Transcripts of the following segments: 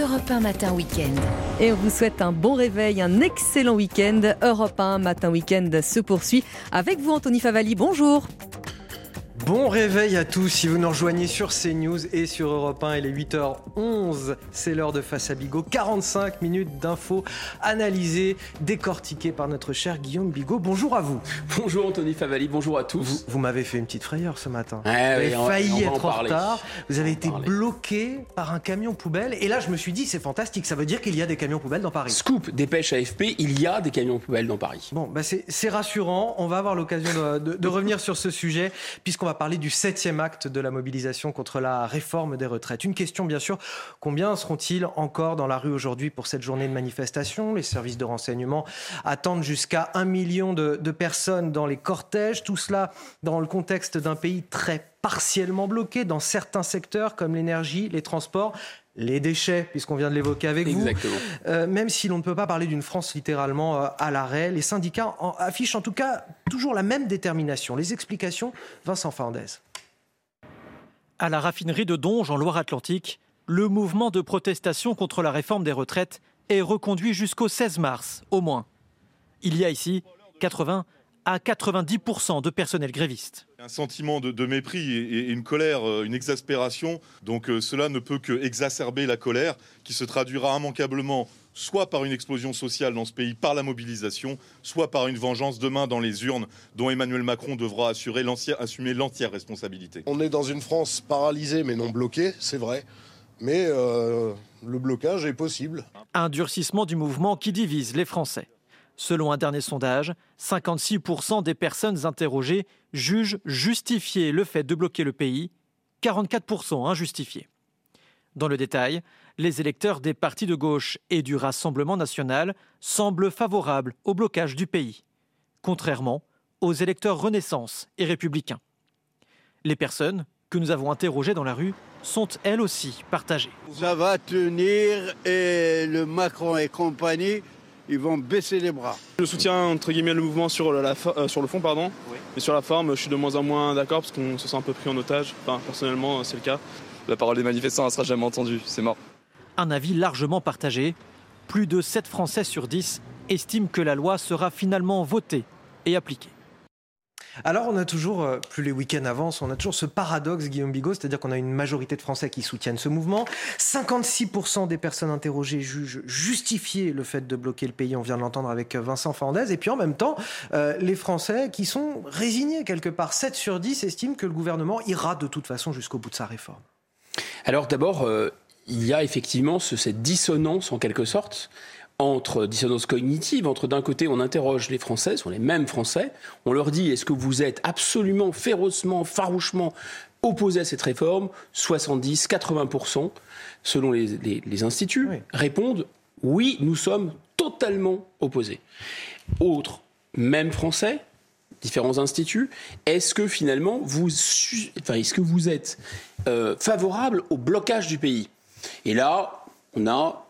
Europe 1 Matin Week-end. Et on vous souhaite un bon réveil, un excellent week-end. Europe 1 Matin Week-end se poursuit avec vous, Anthony Favali. Bonjour. Bon réveil à tous, si vous nous rejoignez sur CNews et sur Europe 1, il est 8h11, c'est l'heure de Face à Bigot, 45 minutes d'infos analysées, décortiquées par notre cher Guillaume Bigot. Bonjour à vous. Bonjour Anthony Favali, bonjour à tous. Vous m'avez fait une petite frayeur ce matin. Vous avez failli être en retard, vous avez été bloqué par un camion poubelle et là je me suis dit c'est fantastique, ça veut dire qu'il y a des camions poubelles dans Paris. Scoop, dépêche AFP, il y a des camions poubelles dans Paris. Bon, c'est rassurant, on va avoir l'occasion de revenir sur ce sujet puisqu'on va parler du 7e acte de la mobilisation contre la réforme des retraites. Une question bien sûr, combien seront-ils encore dans la rue aujourd'hui pour cette journée de manifestation ? Les services de renseignement attendent jusqu'à 1 million de personnes dans les cortèges, tout cela dans le contexte d'un pays très partiellement bloqué dans certains secteurs comme l'énergie, les transports, les déchets, puisqu'on vient de l'évoquer avec Exactement. vous. Même si l'on ne peut pas parler d'une France littéralement à l'arrêt, les syndicats affichent en tout cas toujours la même détermination. Les explications, Vincent Fernandez. À la raffinerie de Donge, en Loire-Atlantique, le mouvement de protestation contre la réforme des retraites est reconduit jusqu'au 16 mars, au moins. Il y a ici 80 à 90% de personnel gréviste. Un sentiment de mépris et une colère, une exaspération. Donc cela ne peut que exacerber la colère qui se traduira immanquablement soit par une explosion sociale dans ce pays par la mobilisation, soit par une vengeance demain dans les urnes dont Emmanuel Macron devra assumer l'entière responsabilité. On est dans une France paralysée mais non bloquée, c'est vrai. Mais le blocage est possible. Un durcissement du mouvement qui divise les Français. Selon un dernier sondage, 56% des personnes interrogées jugent justifié le fait de bloquer le pays, 44% injustifié. Dans le détail, les électeurs des partis de gauche et du Rassemblement national semblent favorables au blocage du pays, contrairement aux électeurs Renaissance et Républicains. Les personnes que nous avons interrogées dans la rue sont elles aussi partagées. Ça va tenir et le Macron et compagnie, ils vont baisser les bras. Je soutiens entre guillemets le mouvement sur le fond, oui. Mais sur la forme, je suis de moins en moins d'accord parce qu'on se sent un peu pris en otage. Enfin, personnellement, c'est le cas. La parole des manifestants ne sera jamais entendue, c'est mort. Un avis largement partagé. Plus de 7 Français sur 10 estiment que la loi sera finalement votée et appliquée. Alors on a toujours, plus les week-ends avancent, on a toujours ce paradoxe, Guillaume Bigot, c'est-à-dire qu'on a une majorité de Français qui soutiennent ce mouvement. 56% des personnes interrogées jugent justifié le fait de bloquer le pays, on vient de l'entendre avec Vincent Fernandez. Et puis en même temps, les Français qui sont résignés quelque part, 7 sur 10 estiment que le gouvernement ira de toute façon jusqu'au bout de sa réforme. Alors d'abord, il y a effectivement cette dissonance en quelque sorte, dissonance cognitive, entre d'un côté on interroge les Français, ce sont les mêmes Français, on leur dit est-ce que vous êtes absolument, férocement, farouchement opposés à cette réforme ? 70, 80% selon les instituts répondent oui, nous sommes totalement opposés. Autre, même Français, différents instituts, est-ce que finalement est-ce que vous êtes favorable au blocage du pays ? Et là, on a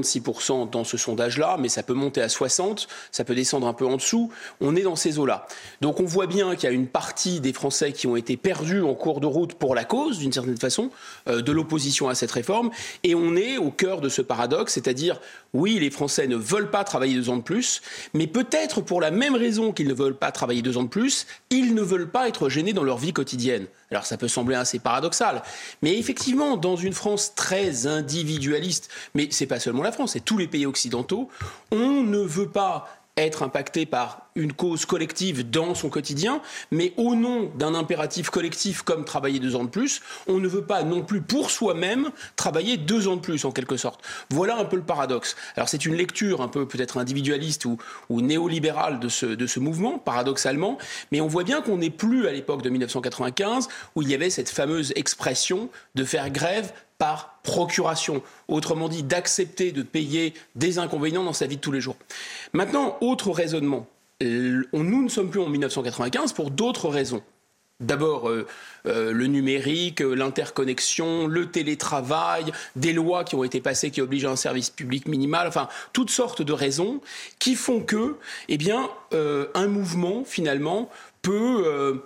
56% dans ce sondage-là, mais ça peut monter à 60%, ça peut descendre un peu en dessous. On est dans ces eaux-là. Donc on voit bien qu'il y a une partie des Français qui ont été perdus en cours de route pour la cause, d'une certaine façon, de l'opposition à cette réforme. Et on est au cœur de ce paradoxe, c'est-à-dire, oui, les Français ne veulent pas travailler 2 ans de plus, mais peut-être pour la même raison qu'ils ne veulent pas travailler 2 ans de plus, ils ne veulent pas être gênés dans leur vie quotidienne. Alors ça peut sembler assez paradoxal, mais effectivement, dans une France très individualiste, mais c'est pas seulement la France, c'est tous les pays occidentaux, on ne veut pas être impacté par une cause collective dans son quotidien, mais au nom d'un impératif collectif comme travailler 2 ans de plus, on ne veut pas non plus pour soi-même travailler 2 ans de plus en quelque sorte. Voilà un peu le paradoxe. Alors c'est une lecture un peu peut-être individualiste ou néolibérale de ce mouvement, paradoxalement, mais on voit bien qu'on n'est plus à l'époque de 1995 où il y avait cette fameuse expression de faire grève par procuration, autrement dit d'accepter de payer des inconvénients dans sa vie de tous les jours. Maintenant, autre raisonnement. Nous ne sommes plus en 1995 pour d'autres raisons. D'abord, le numérique, l'interconnexion, le télétravail, des lois qui ont été passées qui obligent un service public minimal, enfin, toutes sortes de raisons qui font que, un mouvement, finalement, peut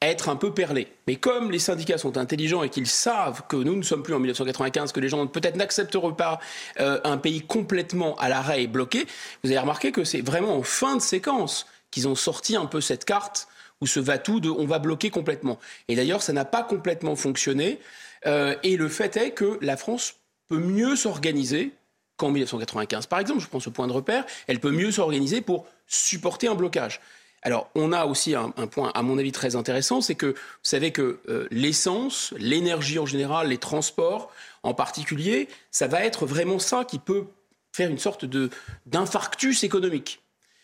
être un peu perlé. Mais comme les syndicats sont intelligents et qu'ils savent que nous ne sommes plus en 1995, que les gens peut-être n'accepteront pas un pays complètement à l'arrêt et bloqué, vous avez remarqué que c'est vraiment en fin de séquence qu'ils ont sorti un peu cette carte ou ce va-tout de on va bloquer complètement. Et d'ailleurs, ça n'a pas complètement fonctionné. Et le fait est que la France peut mieux s'organiser qu'en 1995. Par exemple, je prends ce point de repère, elle peut mieux s'organiser pour supporter un blocage. Alors, on a aussi un point, à mon avis, très intéressant, c'est que vous savez que l'essence, l'énergie en général, les transports en particulier, ça va être vraiment ça qui peut faire une sorte d'infarctus économique.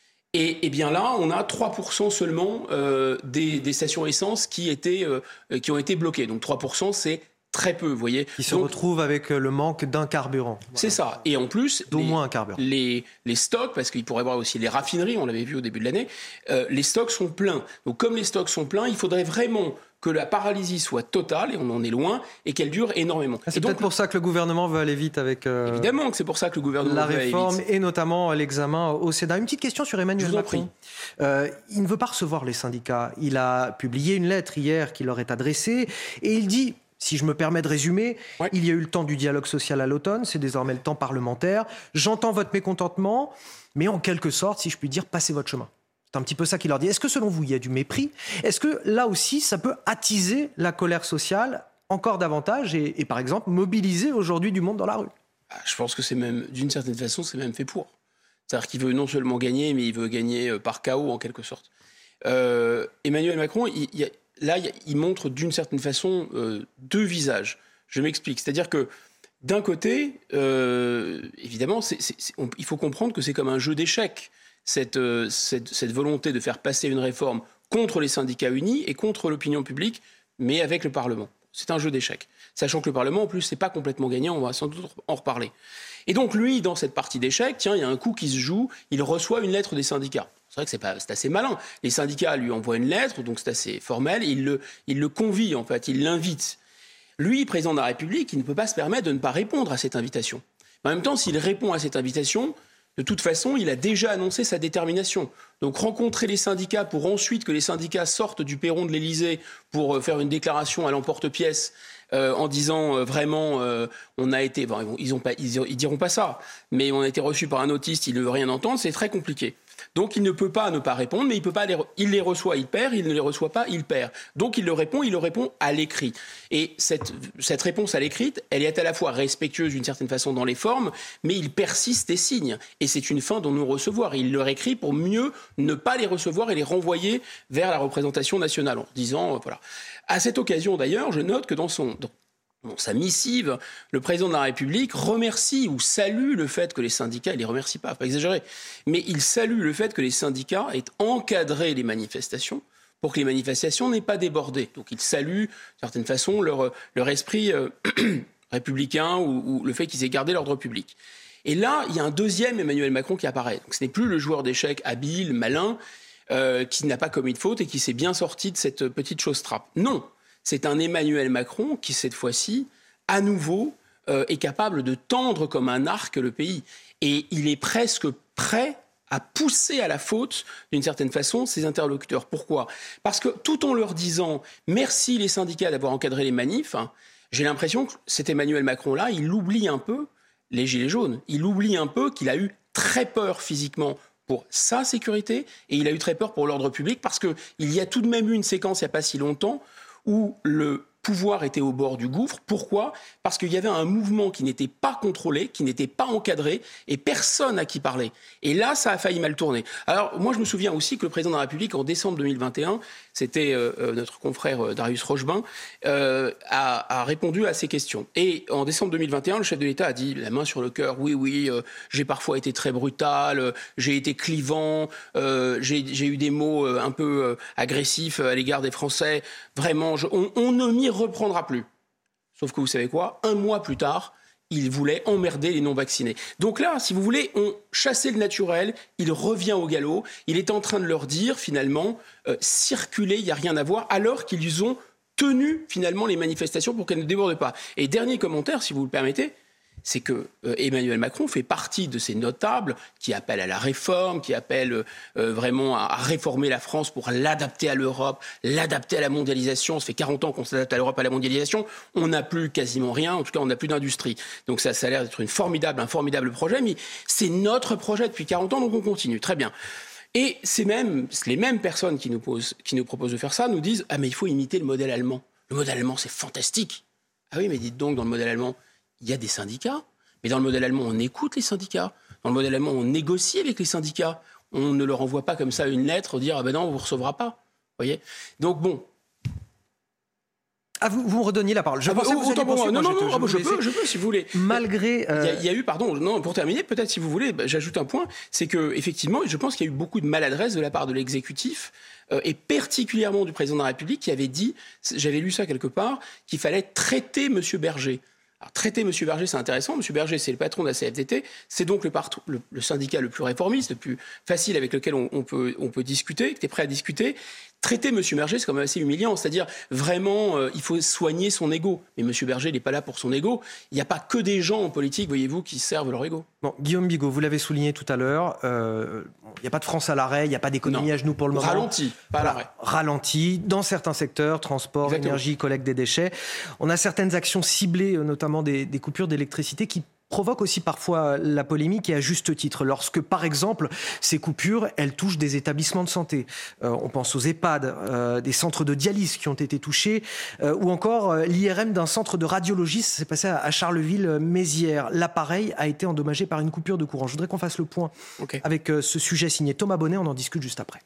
Et bien là, on a 3% seulement des stations essence qui ont été bloquées. Donc 3%, c'est très peu, vous voyez. Qui se retrouvent avec le manque d'un carburant. Voilà. C'est ça. Et en plus, d'au moins un carburant. Les stocks, parce qu'il pourrait y avoir aussi les raffineries, on l'avait vu au début de l'année, les stocks sont pleins. Donc comme les stocks sont pleins, il faudrait vraiment que la paralysie soit totale, et on en est loin, et qu'elle dure énormément. C'est peut-être pour ça que le gouvernement veut aller vite avec évidemment que c'est pour ça que le gouvernement la veut aller réforme vite. Et notamment l'examen au Sénat. Une petite question sur Emmanuel Macron. Il ne veut pas recevoir les syndicats. Il a publié une lettre hier qui leur est adressée et il dit, si je me permets de résumer, il y a eu le temps du dialogue social à l'automne, c'est désormais le temps parlementaire. J'entends votre mécontentement, mais en quelque sorte, si je puis dire, passez votre chemin. C'est un petit peu ça qu'il leur dit. Est-ce que selon vous, il y a du mépris ? Est-ce que là aussi, ça peut attiser la colère sociale encore davantage et par exemple, mobiliser aujourd'hui du monde dans la rue ? Je pense que c'est même, d'une certaine façon, c'est même fait pour. C'est-à-dire qu'il veut non seulement gagner, mais il veut gagner par chaos en quelque sorte. Emmanuel Macron, il montre d'une certaine façon deux visages. Je m'explique. C'est-à-dire que d'un côté, évidemment, il faut comprendre que c'est comme un jeu d'échecs. Cette volonté de faire passer une réforme contre les syndicats unis et contre l'opinion publique, mais avec le Parlement. C'est un jeu d'échecs. Sachant que le Parlement, en plus, c'est pas complètement gagnant, on va sans doute en reparler. Et donc, lui, dans cette partie d'échecs, tiens, il y a un coup qui se joue, il reçoit une lettre des syndicats. C'est vrai que c'est assez malin. Les syndicats lui envoient une lettre, donc c'est assez formel, et il le convie, en fait, il l'invite. Lui, président de la République, il ne peut pas se permettre de ne pas répondre à cette invitation. Mais en même temps, s'il répond à cette invitation, de toute façon, il a déjà annoncé sa détermination. Donc rencontrer les syndicats pour ensuite que les syndicats sortent du perron de l'Élysée pour faire une déclaration à l'emporte-pièce en disant vraiment on a été... Bon, ils diront pas ça, mais on a été reçu par un autiste, il ne veut rien entendre, c'est très compliqué. Donc il ne peut pas ne pas répondre, mais il les reçoit, il perd, il ne les reçoit pas, il perd. Donc il le répond à l'écrit. Et cette réponse à l'écrit, elle est à la fois respectueuse d'une certaine façon dans les formes, mais il persiste et signe. Et c'est une fin dont nous recevoir. Il leur écrit pour mieux ne pas les recevoir et les renvoyer vers la représentation nationale, en disant, voilà. À cette occasion d'ailleurs, je note que dans sa missive, le président de la République remercie ou salue le fait que les syndicats, il ne les remercie pas, faut pas exagérer, mais il salue le fait que les syndicats aient encadré les manifestations pour que les manifestations n'aient pas débordé. Donc il salue, d'une certaine façon, leur esprit républicain ou le fait qu'ils aient gardé l'ordre public. Et là, il y a un deuxième Emmanuel Macron qui apparaît. Donc ce n'est plus le joueur d'échecs habile, malin, qui n'a pas commis de faute et qui s'est bien sorti de cette petite chose trappe. Non. C'est un Emmanuel Macron qui, cette fois-ci, à nouveau, est capable de tendre comme un arc le pays. Et il est presque prêt à pousser à la faute, d'une certaine façon, ses interlocuteurs. Pourquoi ? Parce que tout en leur disant « merci les syndicats d'avoir encadré les manifs », j'ai l'impression que cet Emmanuel Macron-là, il oublie un peu les gilets jaunes. Il oublie un peu qu'il a eu très peur physiquement pour sa sécurité et il a eu très peur pour l'ordre public parce qu'il y a tout de même eu une séquence il n'y a pas si longtemps où le pouvoir était au bord du gouffre. Pourquoi ? Parce qu'il y avait un mouvement qui n'était pas contrôlé, qui n'était pas encadré, et personne à qui parler. Et là, ça a failli mal tourner. Alors, moi, je me souviens aussi que le président de la République, en décembre 2021, c'était notre confrère Darius Rochebin, a répondu à ces questions. Et en décembre 2021, le chef de l'État a dit, la main sur le cœur, oui, j'ai parfois été très brutal, j'ai été clivant, j'ai eu des mots un peu agressifs à l'égard des Français. Vraiment, on ne m'y reprendra plus. Sauf que vous savez quoi ? Un mois plus tard, il voulait emmerder les non-vaccinés. Donc là, si vous voulez, on chassait le naturel, il revient au galop, il est en train de leur dire, finalement, circuler, il n'y a rien à voir, alors qu'ils ont tenu, finalement, les manifestations pour qu'elles ne débordent pas. Et dernier commentaire, si vous le permettez, c'est que Emmanuel Macron fait partie de ces notables qui appellent à la réforme, qui appellent vraiment à réformer la France pour l'adapter à l'Europe, l'adapter à la mondialisation. Ça fait 40 ans qu'on s'adapte à l'Europe, à la mondialisation. On n'a plus quasiment rien, en tout cas on n'a plus d'industrie. Donc ça a l'air d'être un formidable projet, mais c'est notre projet depuis 40 ans, donc on continue. Très bien. Et les mêmes personnes qui nous proposent de faire ça nous disent « Ah mais il faut imiter le modèle allemand. Le modèle allemand c'est fantastique. » Ah oui, mais dites donc, dans le modèle allemand, il y a des syndicats. Mais dans le modèle allemand, on écoute les syndicats. Dans le modèle allemand, on négocie avec les syndicats. On ne leur envoie pas comme ça une lettre, dire « Ah ben non, on ne vous recevra pas. » Vous voyez ? Donc bon. Ah, vous me redonniez la parole. Je pensais que vous alliez poursuivre. Non, je peux, si vous voulez. Malgré... Il y a eu, pour terminer, peut-être si vous voulez, j'ajoute un point, c'est qu'effectivement, je pense qu'il y a eu beaucoup de maladresse de la part de l'exécutif, et particulièrement du président de la République, qui avait dit, j'avais lu ça quelque part, qu'il fallait traiter M. Berger. Alors, traiter M. Berger, c'est intéressant. M. Berger, c'est le patron de la CFDT. C'est donc le syndicat le plus réformiste, le plus facile avec lequel on peut discuter, qui est prêt à discuter. Traiter M. Berger, c'est quand même assez humiliant. C'est-à-dire, vraiment, il faut soigner son ego. Mais M. Berger, il n'est pas là pour son ego. Il n'y a pas que des gens en politique, voyez-vous, qui servent leur ego. Bon, Guillaume Bigot, vous l'avez souligné tout à l'heure, il n'y a pas de France à l'arrêt, il n'y a pas d'économie à genoux pour le moment. Ralenti, pas à l'arrêt. Ralenti, dans certains secteurs, transport, Exactement. Énergie, collecte des déchets. On a certaines actions ciblées, notamment des coupures d'électricité, qui provoque aussi parfois la polémique, et à juste titre. Lorsque, par exemple, ces coupures, elles touchent des établissements de santé. On pense aux EHPAD, des centres de dialyse qui ont été touchés, ou encore l'IRM d'un centre de radiologie. Ça s'est passé à Charleville-Mézières. L'appareil a été endommagé par une coupure de courant. Je voudrais qu'on fasse le point avec ce sujet signé Thomas Bonnet. On en discute juste après.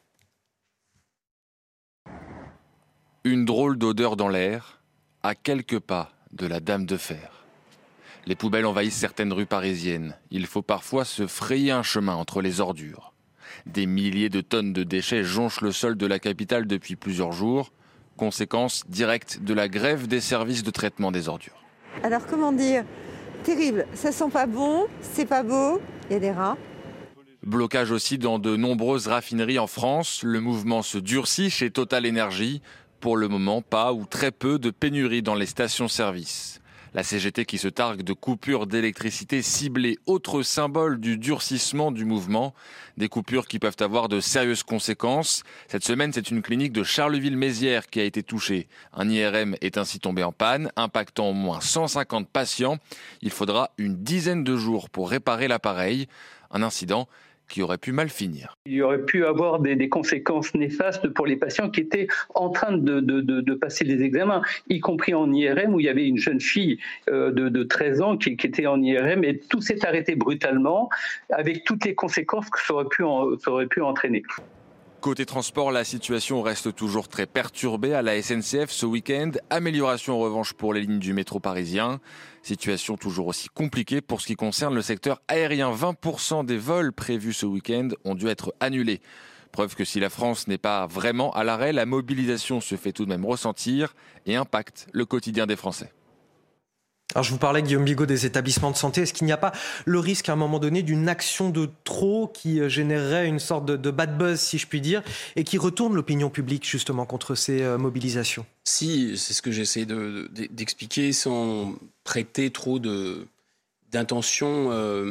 Une drôle d'odeur dans l'air, à quelques pas de la Dame de Fer. Les poubelles envahissent certaines rues parisiennes. Il faut parfois se frayer un chemin entre les ordures. Des milliers de tonnes de déchets jonchent le sol de la capitale depuis plusieurs jours. Conséquence directe de la grève des services de traitement des ordures. Alors comment dire ? Terrible, ça sent pas bon, c'est pas beau, il y a des rats. Blocage aussi dans de nombreuses raffineries en France. Le mouvement se durcit chez Total Energy. Pour le moment, pas ou très peu de pénurie dans les stations-service. La CGT qui se targue de coupures d'électricité ciblées, autre symbole du durcissement du mouvement. Des coupures qui peuvent avoir de sérieuses conséquences. Cette semaine, c'est une clinique de Charleville-Mézières qui a été touchée. Un IRM est ainsi tombé en panne, impactant au moins 150 patients. Il faudra une dizaine de jours pour réparer l'appareil. Un incident qui aurait pu mal finir. Il y aurait pu avoir des conséquences néfastes pour les patients qui étaient en train de passer les examens, y compris en IRM où il y avait une jeune fille de 13 ans qui était en IRM et tout s'est arrêté brutalement avec toutes les conséquences que ça aurait pu entraîner. Côté transport, la situation reste toujours très perturbée à la SNCF ce week-end. Amélioration en revanche pour les lignes du métro parisien. Situation toujours aussi compliquée pour ce qui concerne le secteur aérien. 20% des vols prévus ce week-end ont dû être annulés. Preuve que si la France n'est pas vraiment à l'arrêt, la mobilisation se fait tout de même ressentir et impacte le quotidien des Français. Alors je vous parlais, Guillaume Bigot, des établissements de santé. Est-ce qu'il n'y a pas le risque à un moment donné d'une action de trop qui générerait une sorte de bad buzz, si je puis dire, et qui retourne l'opinion publique justement contre ces mobilisations ? Si, c'est ce que j'essaie d'expliquer sans prêter trop d'intention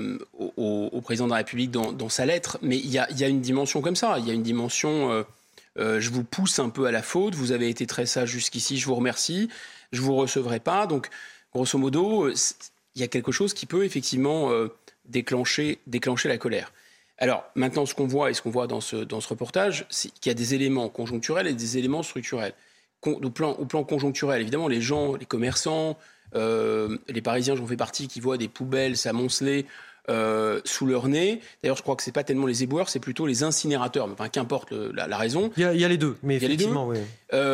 au président de la République dans sa lettre. Mais il y a une dimension comme ça. Il y a une dimension, je vous pousse un peu à la faute, vous avez été très sage jusqu'ici, je vous remercie, je ne vous recevrai pas. Donc, grosso modo, il y a quelque chose qui peut effectivement déclencher la colère. Alors maintenant, ce qu'on voit dans ce reportage, c'est qu'il y a des éléments conjoncturels et des éléments structurels. Au plan conjoncturel, évidemment, les gens, les commerçants, les Parisiens, j'en fais partie, qui voient des poubelles s'amonceler sous leur nez. D'ailleurs, je crois que c'est pas tellement les éboueurs, c'est plutôt les incinérateurs. Enfin, qu'importe la raison. Il y a les deux, mais effectivement, oui.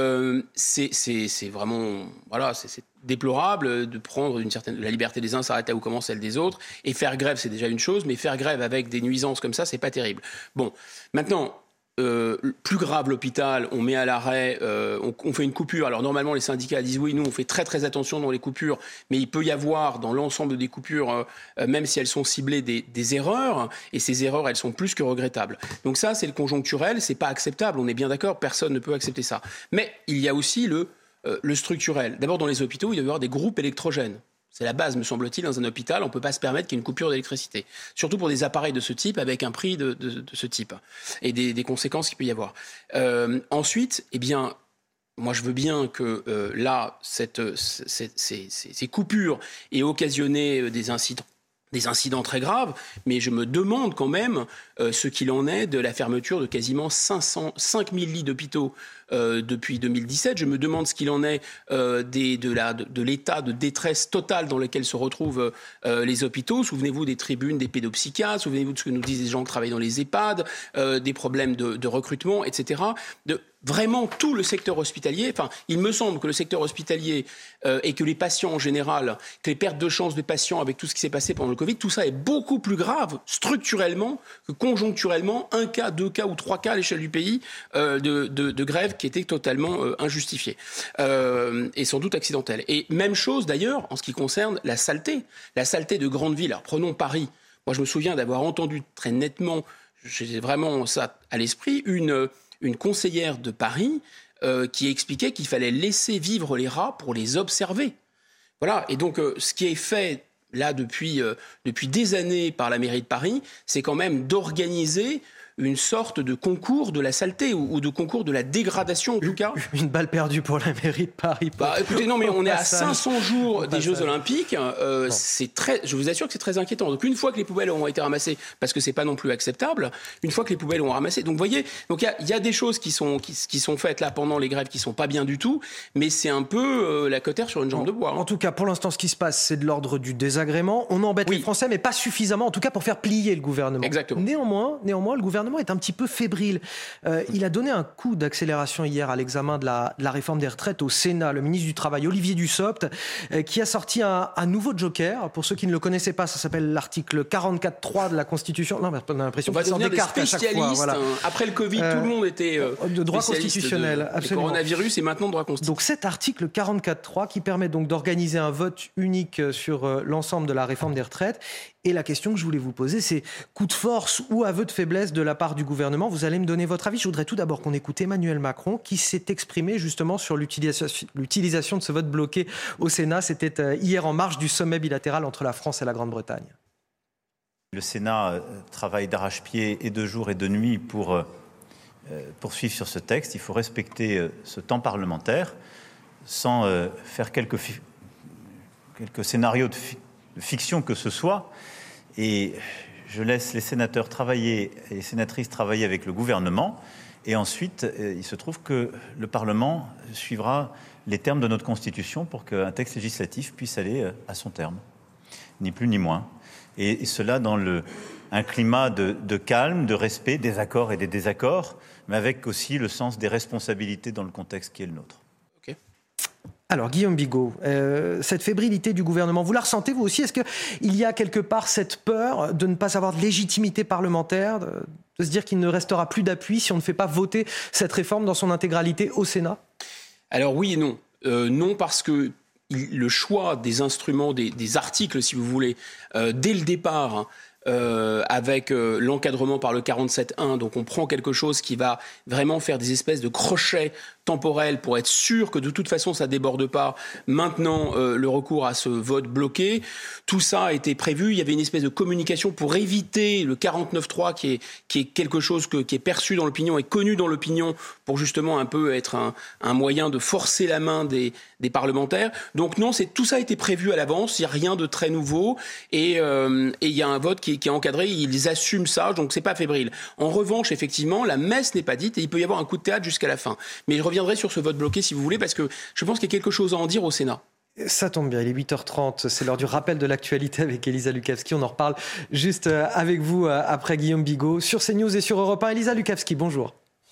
C'est vraiment, voilà, c'est déplorable de prendre la liberté des uns s'arrête là où commence celle des autres. Et faire grève, c'est déjà une chose, mais faire grève avec des nuisances comme ça, c'est pas terrible. Bon, maintenant. Plus grave, l'hôpital, on met à l'arrêt, on fait une coupure. Alors normalement, les syndicats disent oui, nous on fait très très attention dans les coupures, mais il peut y avoir dans l'ensemble des coupures, même si elles sont ciblées, des erreurs, et ces erreurs, elles sont plus que regrettables. Donc ça, c'est le conjoncturel, c'est pas acceptable, on est bien d'accord, personne ne peut accepter ça. Mais il y a aussi le structurel. D'abord, dans les hôpitaux, il doit y avoir des groupes électrogènes. C'est la base, me semble-t-il, dans un hôpital. On ne peut pas se permettre qu'il y ait une coupure d'électricité. Surtout pour des appareils de ce type, avec un prix de ce type. Et des conséquences qu'il peut y avoir. Ensuite, moi, je veux bien que ces coupures aient occasionné des incidents très graves, mais je me demande quand même ce qu'il en est de la fermeture de quasiment 5000 lits d'hôpitaux depuis 2017. Je me demande ce qu'il en est de l'état de détresse totale dans lequel se retrouvent les hôpitaux. Souvenez-vous des tribunes des pédopsychiatres, souvenez-vous de ce que nous disent les gens qui travaillent dans les EHPAD, des problèmes de recrutement, etc. Vraiment tout le secteur hospitalier. Enfin, il me semble que le secteur hospitalier et que les patients en général, que les pertes de chance de patients avec tout ce qui s'est passé pendant le Covid, tout ça est beaucoup plus grave structurellement que conjoncturellement 1 cas, 2 cas ou 3 cas à l'échelle du pays de grève qui étaient totalement injustifiés et sans doute accidentels. Et même chose d'ailleurs en ce qui concerne la saleté de grandes villes. Alors prenons Paris. Moi je me souviens d'avoir entendu très nettement, j'ai vraiment ça à l'esprit, une conseillère de Paris qui expliquait qu'il fallait laisser vivre les rats pour les observer. Voilà. Et donc, ce qui est fait là depuis des années par la mairie de Paris, c'est quand même d'organiser une sorte de concours de la saleté ou de concours de la dégradation en tout cas. Une balle perdue pour la mairie de Paris. Écoutez, non mais on est à 500 jours des Jeux Olympiques, je vous assure que c'est très inquiétant. Donc une fois que les poubelles auront été ramassées, parce que c'est pas non plus acceptable, une fois que les poubelles auront ramassé, donc vous voyez, donc il y a des choses qui sont faites là pendant les grèves qui sont pas bien du tout, mais c'est un peu la cotère sur une jambe de bois. En tout cas, pour l'instant, ce qui se passe, c'est de l'ordre du désagrément. On embête les Français, mais pas suffisamment, en tout cas pour faire plier le gouvernement. Exactement. Néanmoins, le gouvernement est un petit peu fébrile. Il a donné un coup d'accélération hier à l'examen de la réforme des retraites au Sénat. Le ministre du Travail, Olivier Dussopt, qui a sorti un nouveau joker. Pour ceux qui ne le connaissaient pas, ça s'appelle l'article 44.3 de la Constitution. Non, mais on a l'impression qu'il sort des cartes à chaque fois. Voilà. Après le Covid, tout le monde était de droit constitutionnel. Absolument. Le coronavirus et maintenant droit constitutionnel. Donc cet article 44.3 qui permet donc d'organiser un vote unique sur l'ensemble de la réforme des retraites. Et la question que je voulais vous poser, c'est coup de force ou aveu de faiblesse de la part du gouvernement. Vous allez me donner votre avis. Je voudrais tout d'abord qu'on écoute Emmanuel Macron qui s'est exprimé justement sur l'utilisation de ce vote bloqué au Sénat. C'était hier en marge du sommet bilatéral entre la France et la Grande-Bretagne. Le Sénat travaille d'arrache-pied et de jour et de nuit pour poursuivre sur ce texte. Il faut respecter ce temps parlementaire sans faire quelques scénarios de fiction que ce soit. Et je laisse les sénateurs travailler et les sénatrices travailler avec le gouvernement. Et ensuite, il se trouve que le Parlement suivra les termes de notre Constitution pour qu'un texte législatif puisse aller à son terme. Ni plus ni moins. Et cela dans un climat de calme, de respect, des accords et des désaccords, mais avec aussi le sens des responsabilités dans le contexte qui est le nôtre. Alors, Guillaume Bigot, cette fébrilité du gouvernement, vous la ressentez vous aussi ? Est-ce qu'il y a quelque part cette peur de ne pas avoir de légitimité parlementaire, de se dire qu'il ne restera plus d'appui si on ne fait pas voter cette réforme dans son intégralité au Sénat ? Alors oui et non. Non parce que le choix des instruments, des articles, si vous voulez, dès le départ, avec l'encadrement par le 47.1, donc on prend quelque chose qui va vraiment faire des espèces de crochets temporels pour être sûr que de toute façon ça déborde pas. Maintenant, le recours à ce vote bloqué, tout ça a été prévu. Il y avait une espèce de communication pour éviter le 49.3 qui est quelque chose qui est perçu dans l'opinion et connu dans l'opinion pour justement un peu être un moyen de forcer la main des parlementaires. Donc non, tout ça a été prévu à l'avance. Il n'y a rien de très nouveau et il y a un vote qui est encadré. Ils assument ça, donc c'est pas fébrile. En revanche, effectivement, la messe n'est pas dite et il peut y avoir un coup de théâtre jusqu'à la fin. Mais je reviendrai sur ce vote bloqué si vous voulez parce que je pense qu'il y a quelque chose à en dire au Sénat. Ça tombe bien, il est 8h30, c'est l'heure du rappel de l'actualité avec Elisa Lukavski. On en reparle juste avec vous après Guillaume Bigot sur CNews et sur Europe 1. Elisa Lukavski, bonjour.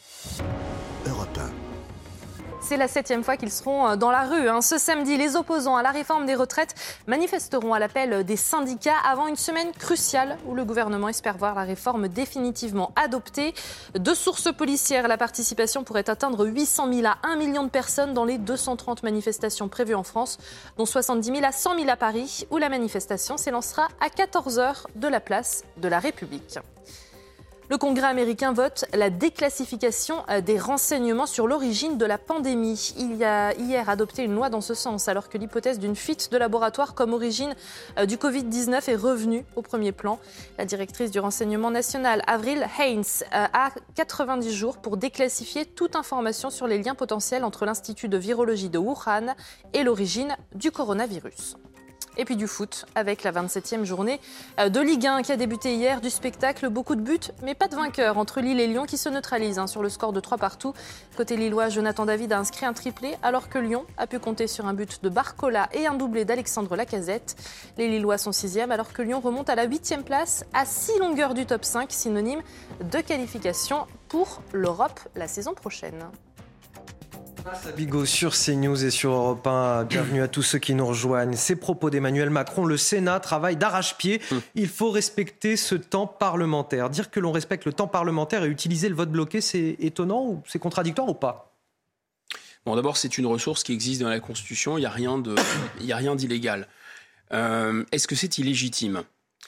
Europe 1. C'est la 7e fois qu'ils seront dans la rue. Ce samedi, les opposants à la réforme des retraites manifesteront à l'appel des syndicats avant une semaine cruciale où le gouvernement espère voir la réforme définitivement adoptée. De sources policières, la participation pourrait atteindre 800 000 à 1 million de personnes dans les 230 manifestations prévues en France, dont 70 000 à 100 000 à Paris, où la manifestation s'élancera à 14h de la place de la République. Le Congrès américain vote la déclassification des renseignements sur l'origine de la pandémie. Il y a hier adopté une loi dans ce sens, alors que l'hypothèse d'une fuite de laboratoire comme origine du Covid-19 est revenue au premier plan. La directrice du renseignement national, Avril Haines, a 90 jours pour déclassifier toute information sur les liens potentiels entre l'Institut de virologie de Wuhan et l'origine du coronavirus. Et puis du foot, avec la 27e journée de Ligue 1 qui a débuté hier, du spectacle, beaucoup de buts, mais pas de vainqueur entre Lille et Lyon qui se neutralisent sur le score de 3-3. Côté lillois, Jonathan David a inscrit un triplé, alors que Lyon a pu compter sur un but de Barcola et un doublé d'Alexandre Lacazette. Les Lillois sont 6e, alors que Lyon remonte à la 8e place, à 6 longueurs du top 5, synonyme de qualification pour l'Europe la saison prochaine. Face à Bigot sur CNews et sur Europe 1. Bienvenue à tous ceux qui nous rejoignent. Ces propos d'Emmanuel Macron, le Sénat travaille d'arrache-pied. Il faut respecter ce temps parlementaire. Dire que l'on respecte le temps parlementaire et utiliser le vote bloqué, c'est étonnant ou c'est contradictoire ou pas ? Bon, d'abord, c'est une ressource qui existe dans la Constitution. Il n'y a rien d'illégal. Est-ce que c'est illégitime ?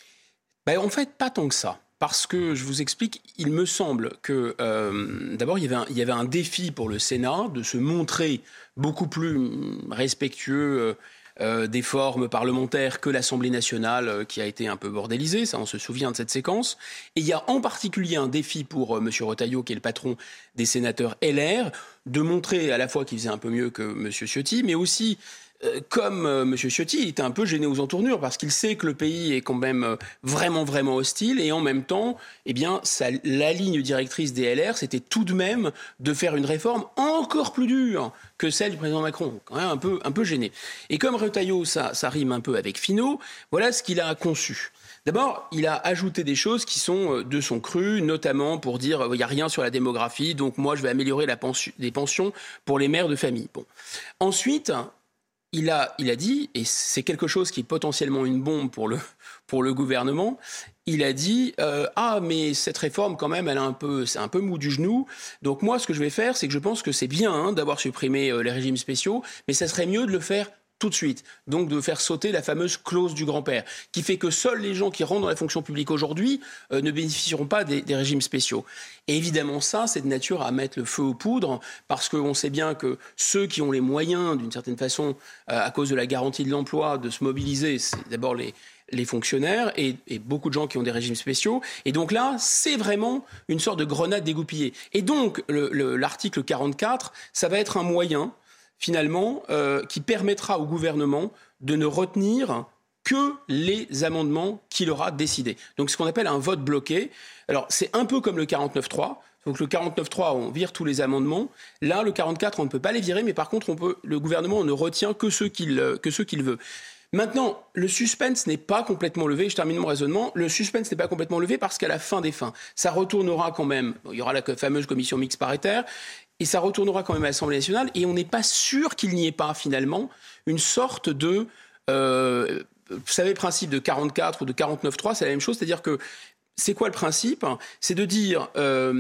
En fait, pas tant que ça. Parce que, je vous explique, il me semble que, d'abord, il y avait un défi pour le Sénat de se montrer beaucoup plus respectueux des formes parlementaires que l'Assemblée nationale, qui a été un peu bordélisée, ça on se souvient de cette séquence. Et il y a en particulier un défi pour M. Retailleau, qui est le patron des sénateurs LR, de montrer à la fois qu'il faisait un peu mieux que M. Ciotti, mais aussi... Comme M. Ciotti, il était un peu gêné aux entournures parce qu'il sait que le pays est quand même vraiment hostile et en même temps, la ligne directrice des LR, c'était tout de même de faire une réforme encore plus dure que celle du président Macron, quand même un peu gêné. Et comme Retailleau, ça rime un peu avec Finot, voilà ce qu'il a conçu. D'abord, il a ajouté des choses qui sont de son cru, notamment pour dire il n'y a rien sur la démographie, donc moi je vais améliorer les pensions pour les mères de famille. Bon. Ensuite, il a dit, et c'est quelque chose qui est potentiellement une bombe pour le gouvernement, il a dit mais cette réforme quand même c'est un peu mou du genou, donc moi ce que je vais faire c'est que je pense que c'est bien d'avoir supprimé les régimes spéciaux, mais ça serait mieux de le faire tout de suite, donc de faire sauter la fameuse clause du grand-père, qui fait que seuls les gens qui rentrent dans la fonction publique aujourd'hui ne bénéficieront pas des régimes spéciaux. Et évidemment, ça, c'est de nature à mettre le feu aux poudres, parce qu'on sait bien que ceux qui ont les moyens, d'une certaine façon, à cause de la garantie de l'emploi, de se mobiliser, c'est d'abord les fonctionnaires et beaucoup de gens qui ont des régimes spéciaux. Et donc là, c'est vraiment une sorte de grenade dégoupillée. Et donc, l'article 44, ça va être un moyen finalement, qui permettra au gouvernement de ne retenir que les amendements qu'il aura décidés. Donc, ce qu'on appelle un vote bloqué. Alors, c'est un peu comme le 49.3. Donc, le 49.3, on vire tous les amendements. Là, le 44, on ne peut pas les virer, mais par contre, le gouvernement ne retient que ceux qu'il veut. Maintenant, le suspense n'est pas complètement levé. Je termine mon raisonnement. Le suspense n'est pas complètement levé parce qu'à la fin des fins, ça retournera quand même. Il y aura la fameuse commission mixte paritaire. Et ça retournera quand même à l'Assemblée nationale. Et on n'est pas sûr qu'il n'y ait pas, finalement, une sorte de... vous savez, le principe de 44 ou de 49.3, c'est la même chose. C'est-à-dire que c'est quoi le principe ? C'est de dire,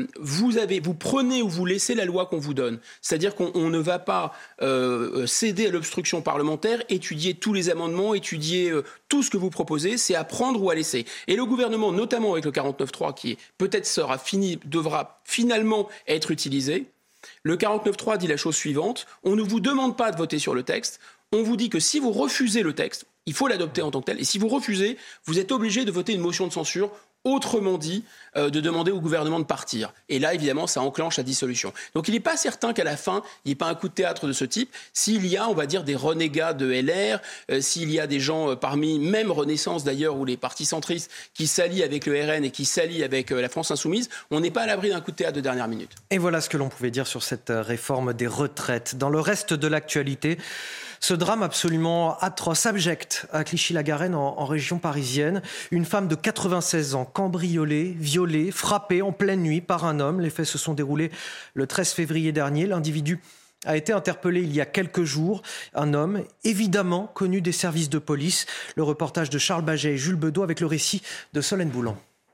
vous prenez ou vous laissez la loi qu'on vous donne. C'est-à-dire qu'on ne va pas céder à l'obstruction parlementaire, étudier tous les amendements, étudier tout ce que vous proposez. C'est à prendre ou à laisser. Et le gouvernement, notamment avec le 49.3, qui peut-être devra finalement être utilisé, le 49.3 dit la chose suivante, on ne vous demande pas de voter sur le texte, on vous dit que si vous refusez le texte, il faut l'adopter en tant que tel, et si vous refusez, vous êtes obligé de voter une motion de censure, autrement dit, de demander au gouvernement de partir. Et là, évidemment, ça enclenche la dissolution. Donc il n'est pas certain qu'à la fin, il n'y ait pas un coup de théâtre de ce type. S'il y a, on va dire, des renégats de LR, s'il y a des gens parmi, même Renaissance d'ailleurs, ou les partis centristes, qui s'allient avec le RN et qui s'allient avec la France Insoumise, on n'est pas à l'abri d'un coup de théâtre de dernière minute. Et voilà ce que l'on pouvait dire sur cette réforme des retraites. Dans le reste de l'actualité, ce drame absolument atroce, abject, à Clichy-la-Garenne, en région parisienne. Une femme de 96 ans, cambriolée, violée, frappée en pleine nuit par un homme. Les faits se sont déroulés le 13 février dernier. L'individu a été interpellé il y a quelques jours. Un homme, évidemment connu des services de police. Le reportage de Charles Baget et Jules Bedeau avec le récit de Solène Boulan.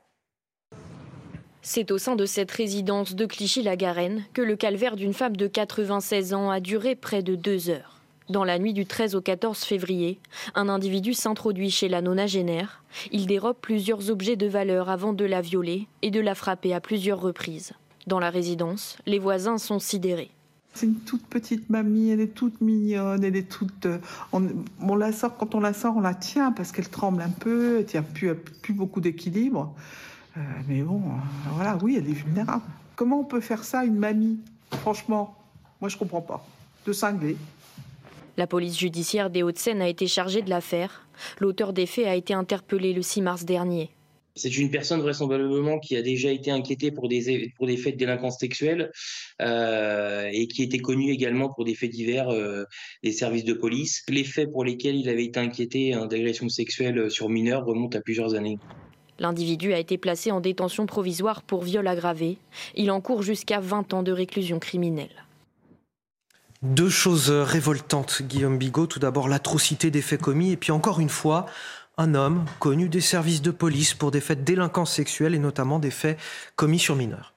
C'est au sein de cette résidence de Clichy-la-Garenne que le calvaire d'une femme de 96 ans a duré près de 2 heures. Dans la nuit du 13 au 14 février, un individu s'introduit chez la nonagénaire. Il dérobe plusieurs objets de valeur avant de la violer et de la frapper à plusieurs reprises. Dans la résidence, les voisins sont sidérés. C'est une toute petite mamie, elle est toute mignonne, elle est toute... On la sort, quand on la sort, on la tient parce qu'elle tremble un peu, elle tient plus beaucoup d'équilibre. Mais bon, voilà, oui, elle est vulnérable. Comment on peut faire ça à une mamie ? Franchement, moi je comprends pas. De cingler. La police judiciaire des Hauts-de-Seine a été chargée de l'affaire. L'auteur des faits a été interpellé le 6 mars dernier. C'est une personne vraisemblablement qui a déjà été inquiétée pour des faits de délinquance sexuelle et qui était connue également pour des faits divers des services de police. Les faits pour lesquels il avait été inquiété d'agression sexuelle sur mineurs remontent à plusieurs années. L'individu a été placé en détention provisoire pour viol aggravé. Il encourt jusqu'à 20 ans de réclusion criminelle. Deux choses révoltantes, Guillaume Bigot. Tout d'abord, l'atrocité des faits commis. Et puis encore une fois, un homme connu des services de police pour des faits de délinquance sexuelle et notamment des faits commis sur mineurs.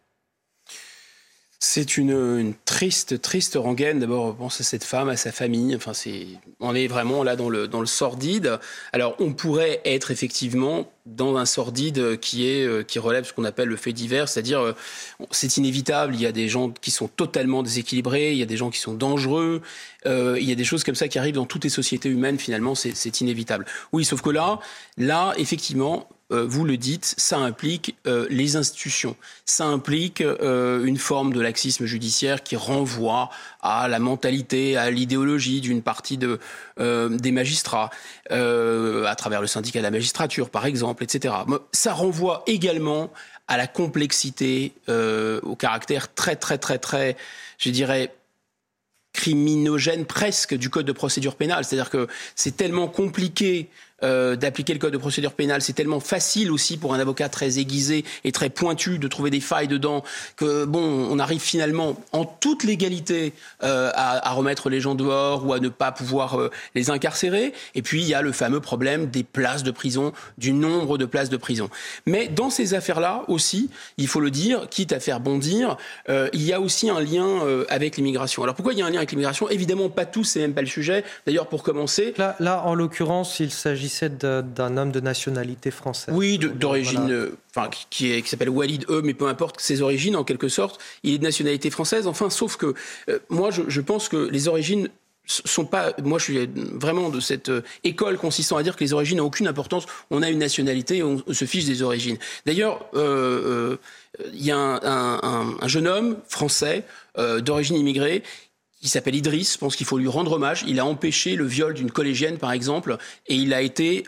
C'est une triste rengaine. D'abord, pense à cette femme, à sa famille. Enfin, on est vraiment là dans le sordide. Alors, on pourrait être effectivement dans un sordide qui relève ce qu'on appelle le fait divers, c'est-à-dire c'est inévitable. Il y a des gens qui sont totalement déséquilibrés, il y a des gens qui sont dangereux. Il y a des choses comme ça qui arrivent dans toutes les sociétés humaines. Finalement, c'est inévitable. Oui, sauf que là, effectivement. Vous le dites, ça implique les institutions. Ça implique une forme de laxisme judiciaire qui renvoie à la mentalité, à l'idéologie d'une partie des magistrats, à travers le syndicat de la magistrature, par exemple, etc. Ça renvoie également à la complexité, au caractère très, je dirais, criminogène presque du code de procédure pénale. C'est-à-dire que c'est tellement compliqué d'appliquer le code de procédure pénale, c'est tellement facile aussi pour un avocat très aiguisé et très pointu de trouver des failles dedans que on arrive finalement en toute légalité à remettre les gens dehors ou à ne pas pouvoir les incarcérer. Et puis il y a le fameux problème des places de prison, du nombre de places de prison. Mais dans ces affaires-là aussi, il faut le dire, quitte à faire bondir, il y a aussi un lien avec l'immigration. Alors pourquoi il y a un lien avec l'immigration ? Évidemment pas tous, c'est même pas le sujet. D'ailleurs pour commencer... Là en l'occurrence, il s'agissait d'un homme de nationalité française. Oui, d'origine, qui s'appelle Walid mais peu importe ses origines, en quelque sorte, il est de nationalité française. Enfin, sauf que moi, je pense que les origines sont pas... Moi, je suis vraiment de cette école consistant à dire que les origines n'ont aucune importance. On a une nationalité et on se fiche des origines. D'ailleurs, il y a un jeune homme français d'origine immigrée qui s'appelle Idriss, je pense qu'il faut lui rendre hommage. Il a empêché le viol d'une collégienne, par exemple, et il a été,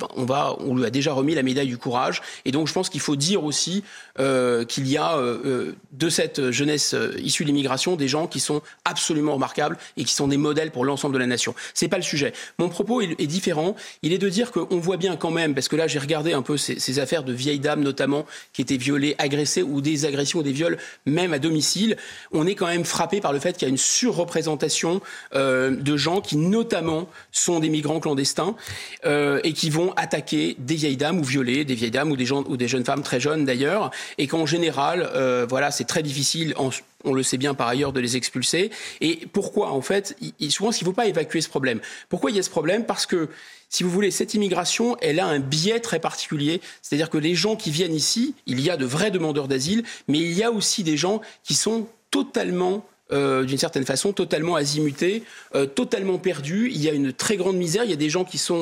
on lui a déjà remis la médaille du courage. Et donc, je pense qu'il faut dire aussi qu'il y a de cette jeunesse issue de l'immigration des gens qui sont absolument remarquables et qui sont des modèles pour l'ensemble de la nation. C'est pas le sujet. Mon propos est différent. Il est de dire qu'on voit bien quand même, parce que là, j'ai regardé un peu ces affaires de vieilles dames, notamment, qui étaient violées, agressées, ou des agressions ou des viols, même à domicile. On est quand même frappé par le fait qu'il y a une surreprésentation de gens qui, notamment, sont des migrants clandestins et qui vont attaquer des vieilles dames ou violer des vieilles dames ou des jeunes femmes très jeunes d'ailleurs, et qu'en général, c'est très difficile, on le sait bien par ailleurs, de les expulser. Et pourquoi, en fait, je pense qu'il ne faut pas évacuer ce problème. Pourquoi il y a ce problème ? Parce que, si vous voulez, cette immigration, elle a un biais très particulier. C'est-à-dire que les gens qui viennent ici, il y a de vrais demandeurs d'asile, mais il y a aussi des gens qui sont totalement... d'une certaine façon, totalement azimutés, totalement perdus. Il y a une très grande misère. Il y a des gens qui sont,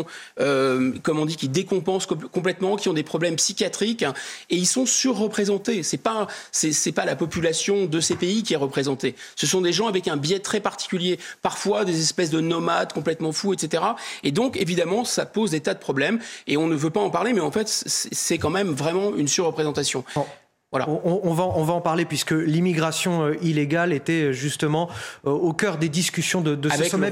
qui décompensent complètement, qui ont des problèmes psychiatriques, et ils sont surreprésentés. C'est pas la population de ces pays qui est représentée. Ce sont des gens avec un biais très particulier, parfois des espèces de nomades complètement fous, etc. Et donc, évidemment, ça pose des tas de problèmes. Et on ne veut pas en parler, mais en fait, c'est quand même vraiment une surreprésentation. Voilà. On va en parler puisque l'immigration illégale était justement au cœur des discussions de ce sommet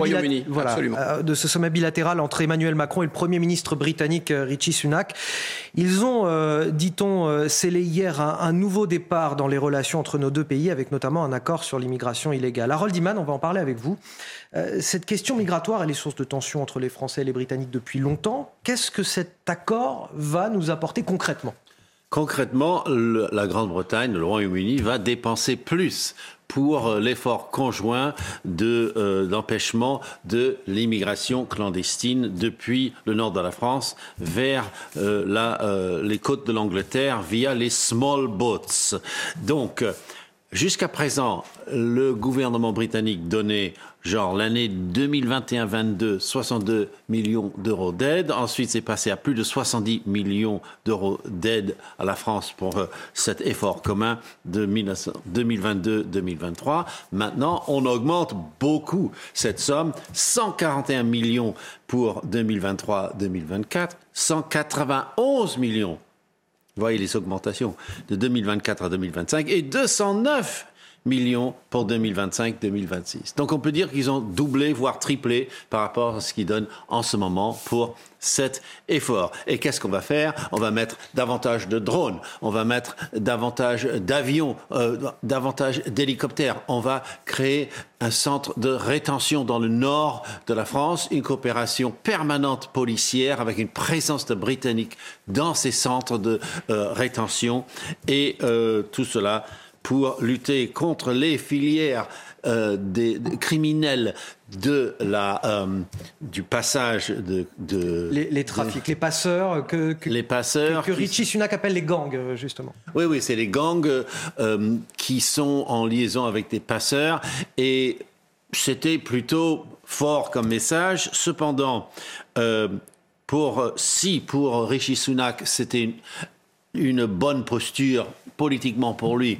de ce sommet bilatéral entre Emmanuel Macron et le Premier ministre britannique Rishi Sunak. Ils ont, dit-on, scellé hier un nouveau départ dans les relations entre nos deux pays, avec notamment un accord sur l'immigration illégale. Harold Iman, on va en parler avec vous. Cette question migratoire, elle est source de tensions entre les Français et les Britanniques depuis longtemps. Qu'est-ce que cet accord va nous apporter concrètement ? Concrètement, la Grande-Bretagne, le Royaume-Uni, va dépenser plus pour l'effort conjoint d'empêchement de l'immigration clandestine depuis le nord de la France vers les côtes de l'Angleterre via les small boats. Donc, jusqu'à présent, le gouvernement britannique donnait, l'année 2021-22, 62 millions d'euros d'aide. Ensuite, c'est passé à plus de 70 millions d'euros d'aide à la France pour cet effort commun de 2022-2023. Maintenant, on augmente beaucoup cette somme. 141 millions pour 2023-2024, 191 millions. Vous voyez les augmentations de 2024 à 2025 et 209 millions pour 2025-2026. Donc on peut dire qu'ils ont doublé, voire triplé par rapport à ce qu'ils donnent en ce moment pour cet effort. Et qu'est-ce qu'on va faire ? On va mettre davantage de drones, on va mettre davantage d'avions, davantage d'hélicoptères. On va créer un centre de rétention dans le nord de la France, une coopération permanente policière avec une présence de Britanniques dans ces centres de rétention et tout cela pour lutter contre les filières des criminels du passage les trafics, les passeurs que Rishi Sunak appelle les gangs, justement. Oui, c'est les gangs qui sont en liaison avec des passeurs et c'était plutôt fort comme message. Cependant, pour Rishi Sunak, c'était une bonne posture politiquement pour lui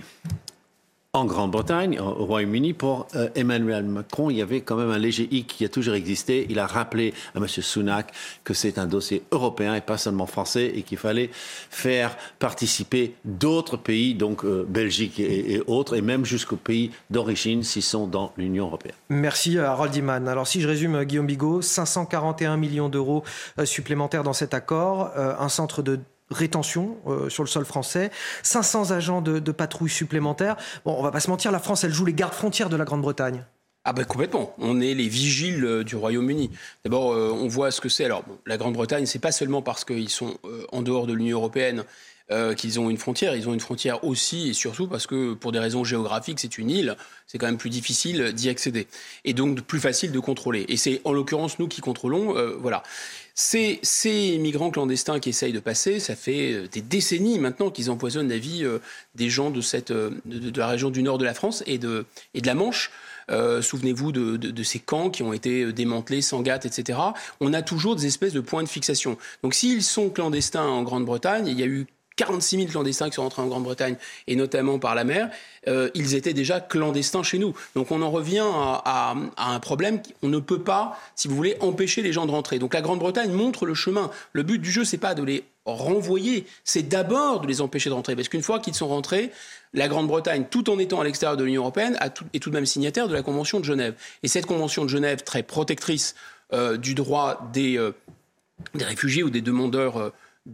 en Grande-Bretagne, au Royaume-Uni. Pour Emmanuel Macron, il y avait quand même un léger hic qui a toujours existé. Il a rappelé à M. Sunak que c'est un dossier européen et pas seulement français et qu'il fallait faire participer d'autres pays, donc Belgique et autres, et même jusqu'aux pays d'origine s'ils sont dans l'Union européenne. Merci Harold Iman. Alors si je résume, Guillaume Bigot, 541 millions d'euros supplémentaires dans cet accord, un centre de rétention sur le sol français, 500 agents de patrouille supplémentaires. Bon, on va pas se mentir, la France, elle joue les gardes-frontières de la Grande-Bretagne. Ah ben complètement, on est les vigiles du Royaume-Uni. D'abord, on voit ce que c'est. Alors, la Grande-Bretagne, c'est pas seulement parce qu'ils sont en dehors de l'Union européenne qu'ils ont une frontière. Ils ont une frontière aussi et surtout parce que, pour des raisons géographiques, c'est une île. C'est quand même plus difficile d'y accéder. Et donc, plus facile de contrôler. Et c'est, en l'occurrence, nous qui contrôlons, voilà. Ces migrants clandestins qui essayent de passer, ça fait des décennies maintenant qu'ils empoisonnent la vie des gens de la région du nord de la France et de la Manche. Souvenez-vous de ces camps qui ont été démantelés, Sangatte, etc. On a toujours des espèces de points de fixation. Donc s'ils sont clandestins en Grande-Bretagne, il y a eu 46 000 clandestins qui sont rentrés en Grande-Bretagne, et notamment par la mer, ils étaient déjà clandestins chez nous. Donc on en revient à un problème, on ne peut pas, si vous voulez, empêcher les gens de rentrer. Donc la Grande-Bretagne montre le chemin. Le but du jeu, c'est pas de les renvoyer, c'est d'abord de les empêcher de rentrer. Parce qu'une fois qu'ils sont rentrés, la Grande-Bretagne, tout en étant à l'extérieur de l'Union européenne, est tout de même signataire de la Convention de Genève. Et cette Convention de Genève, très protectrice du droit des réfugiés ou des demandeurs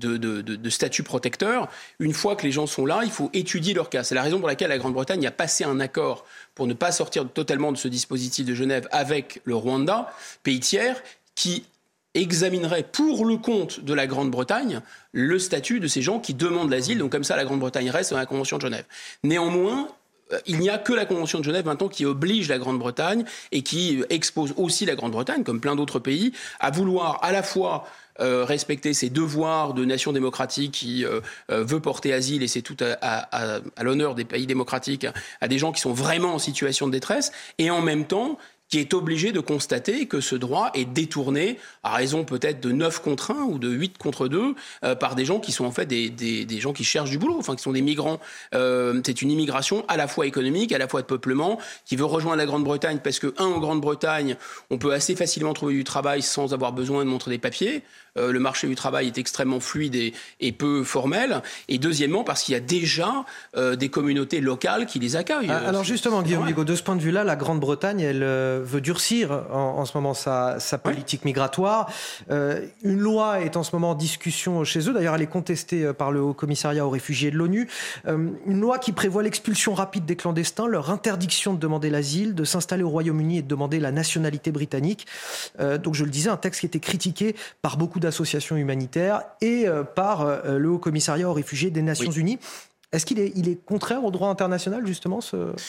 de statut protecteur, une fois que les gens sont là, il faut étudier leur cas. C'est la raison pour laquelle la Grande-Bretagne a passé un accord pour ne pas sortir totalement de ce dispositif de Genève avec le Rwanda, pays tiers, qui examinerait pour le compte de la Grande-Bretagne le statut de ces gens qui demandent l'asile. Donc comme ça, la Grande-Bretagne reste dans la Convention de Genève. Néanmoins, il n'y a que la Convention de Genève maintenant qui oblige la Grande-Bretagne et qui expose aussi la Grande-Bretagne, comme plein d'autres pays, à vouloir à la fois respecter ses devoirs de nation démocratique qui veut porter asile, et c'est tout à l'honneur des pays démocratiques, à des gens qui sont vraiment en situation de détresse, et en même temps qui est obligé de constater que ce droit est détourné à raison peut-être de 9 contre 1 ou de 8 contre 2 par des gens qui sont en fait des gens qui cherchent du boulot, enfin qui sont des migrants. C'est une immigration à la fois économique, à la fois de peuplement, qui veut rejoindre la Grande-Bretagne parce que, en Grande-Bretagne, on peut assez facilement trouver du travail sans avoir besoin de montrer des papiers. Le marché du travail est extrêmement fluide et peu formel. Et deuxièmement, parce qu'il y a déjà des communautés locales qui les accueillent. Alors justement, Guillaume Bigot, de ce point de vue-là, la Grande-Bretagne, elle veut durcir en ce moment sa politique migratoire. Une loi est en ce moment en discussion chez eux. D'ailleurs, elle est contestée par le Haut-Commissariat aux réfugiés de l'ONU. Une loi qui prévoit l'expulsion rapide des clandestins, leur interdiction de demander l'asile, de s'installer au Royaume-Uni et de demander la nationalité britannique. Donc, je le disais, un texte qui était critiqué par beaucoup d'associations humanitaires et par le Haut-Commissariat aux réfugiés des Nations Unies. Est-ce qu'il est contraire au droit international, justement,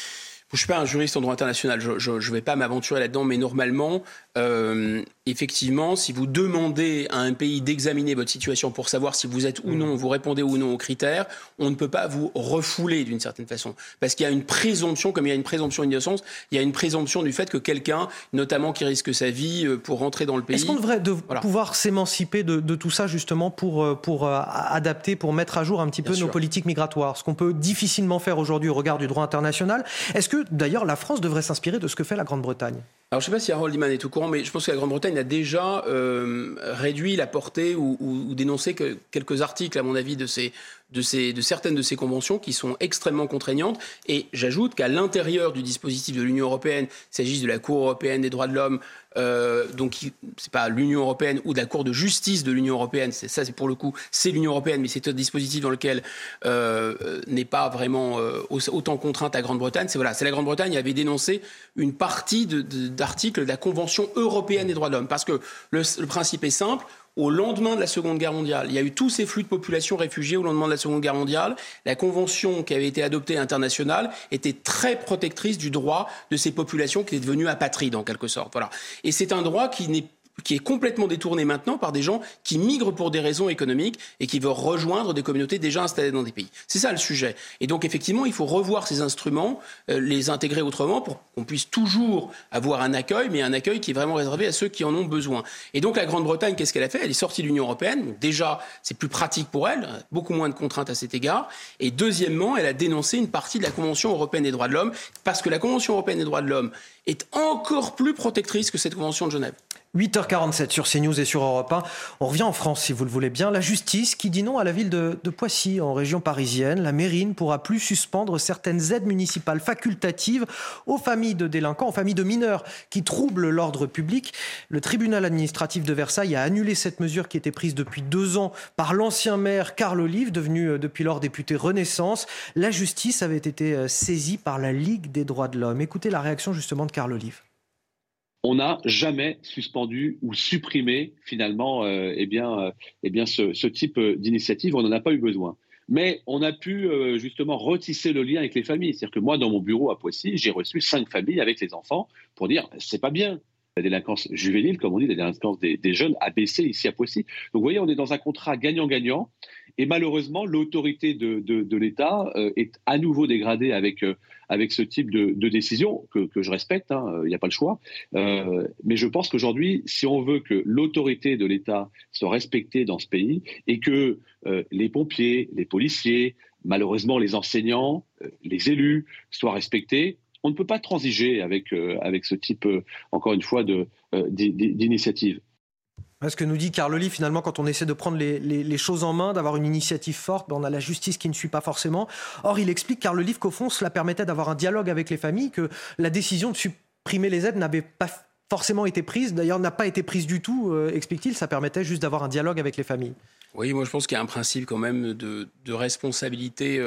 Je ne suis pas un juriste en droit international, je ne vais pas m'aventurer là-dedans, mais normalement, effectivement, si vous demandez à un pays d'examiner votre situation pour savoir si vous êtes ou non, vous répondez ou non aux critères, on ne peut pas vous refouler d'une certaine façon. Parce qu'il y a une présomption, comme il y a une présomption d'innocence, il y a une présomption du fait que quelqu'un, notamment qui risque sa vie pour rentrer dans le pays... Est-ce qu'on devrait pouvoir s'émanciper de tout ça justement pour adapter, pour mettre à jour un petit peu nos politiques migratoires, ce qu'on peut difficilement faire aujourd'hui au regard du droit international? Est-ce que d'ailleurs la France devrait s'inspirer de ce que fait la Grande-Bretagne? Alors je ne sais pas si Harold Iman est au courant, mais je pense que la Grande-Bretagne a déjà réduit la portée ou dénoncé quelques articles, à mon avis, de certaines de ces conventions qui sont extrêmement contraignantes. Et j'ajoute qu'à l'intérieur du dispositif de l'Union européenne, il s'agisse de la Cour européenne des droits de l'homme, donc c'est pas l'Union européenne ou de la Cour de justice de l'Union européenne, c'est pour le coup, c'est l'Union européenne, mais c'est un dispositif dans lequel n'est pas vraiment autant contrainte à Grande-Bretagne. C'est la Grande-Bretagne qui avait dénoncé une partie d'articles de la Convention européenne des droits de l'homme. Parce que le principe est simple. Au lendemain de la Seconde Guerre mondiale, il y a eu tous ces flux de population réfugiée au lendemain de la Seconde Guerre mondiale. La convention qui avait été adoptée internationale était très protectrice du droit de ces populations qui étaient devenues apatrides en quelque sorte. Voilà. Et c'est un droit qui est complètement détourné maintenant par des gens qui migrent pour des raisons économiques et qui veulent rejoindre des communautés déjà installées dans des pays. C'est ça le sujet. Et donc effectivement, il faut revoir ces instruments, les intégrer autrement pour qu'on puisse toujours avoir un accueil, mais un accueil qui est vraiment réservé à ceux qui en ont besoin. Et donc la Grande-Bretagne, qu'est-ce qu'elle a fait? Elle est sortie de l'Union européenne. Donc déjà, c'est plus pratique pour elle, beaucoup moins de contraintes à cet égard. Et deuxièmement, elle a dénoncé une partie de la Convention européenne des droits de l'homme, parce que la Convention européenne des droits de l'homme est encore plus protectrice que cette Convention de Genève. 8h47 sur CNews et sur Europe 1. On revient en France, si vous le voulez bien. La justice qui dit non à la ville de Poissy, en région parisienne. La mairie ne pourra plus suspendre certaines aides municipales facultatives aux familles de délinquants, aux familles de mineurs qui troublent l'ordre public. Le tribunal administratif de Versailles a annulé cette mesure qui était prise depuis 2 ans par l'ancien maire Carl Olive, devenu depuis lors député Renaissance. La justice avait été saisie par la Ligue des droits de l'homme. Écoutez la réaction justement de Carl Olive. On n'a jamais suspendu ou supprimé finalement ce type d'initiative. On n'en a pas eu besoin. Mais on a pu justement retisser le lien avec les familles. C'est-à-dire que moi, dans mon bureau à Poissy, j'ai reçu 5 familles avec les enfants pour dire c'est pas bien. La délinquance juvénile, comme on dit, la délinquance des jeunes a baissé ici à Poissy. Donc vous voyez, on est dans un contrat gagnant-gagnant. Et malheureusement, l'autorité de l'État est à nouveau dégradée avec ce type de décision que je respecte, il n'y a pas le choix. Mais je pense qu'aujourd'hui, si on veut que l'autorité de l'État soit respectée dans ce pays et que les pompiers, les policiers, malheureusement les enseignants, les élus soient respectés, on ne peut pas transiger avec ce type, encore une fois, d'initiative. Ce que nous dit Carl Olive, finalement, quand on essaie de prendre les choses en main, d'avoir une initiative forte, on a la justice qui ne suit pas forcément. Or, il explique, Carl Olive, qu'au fond, cela permettait d'avoir un dialogue avec les familles, que la décision de supprimer les aides n'avait pas forcément été prise, d'ailleurs n'a pas été prise du tout, explique-t-il, ça permettait juste d'avoir un dialogue avec les familles. Oui, moi je pense qu'il y a un principe quand même de responsabilité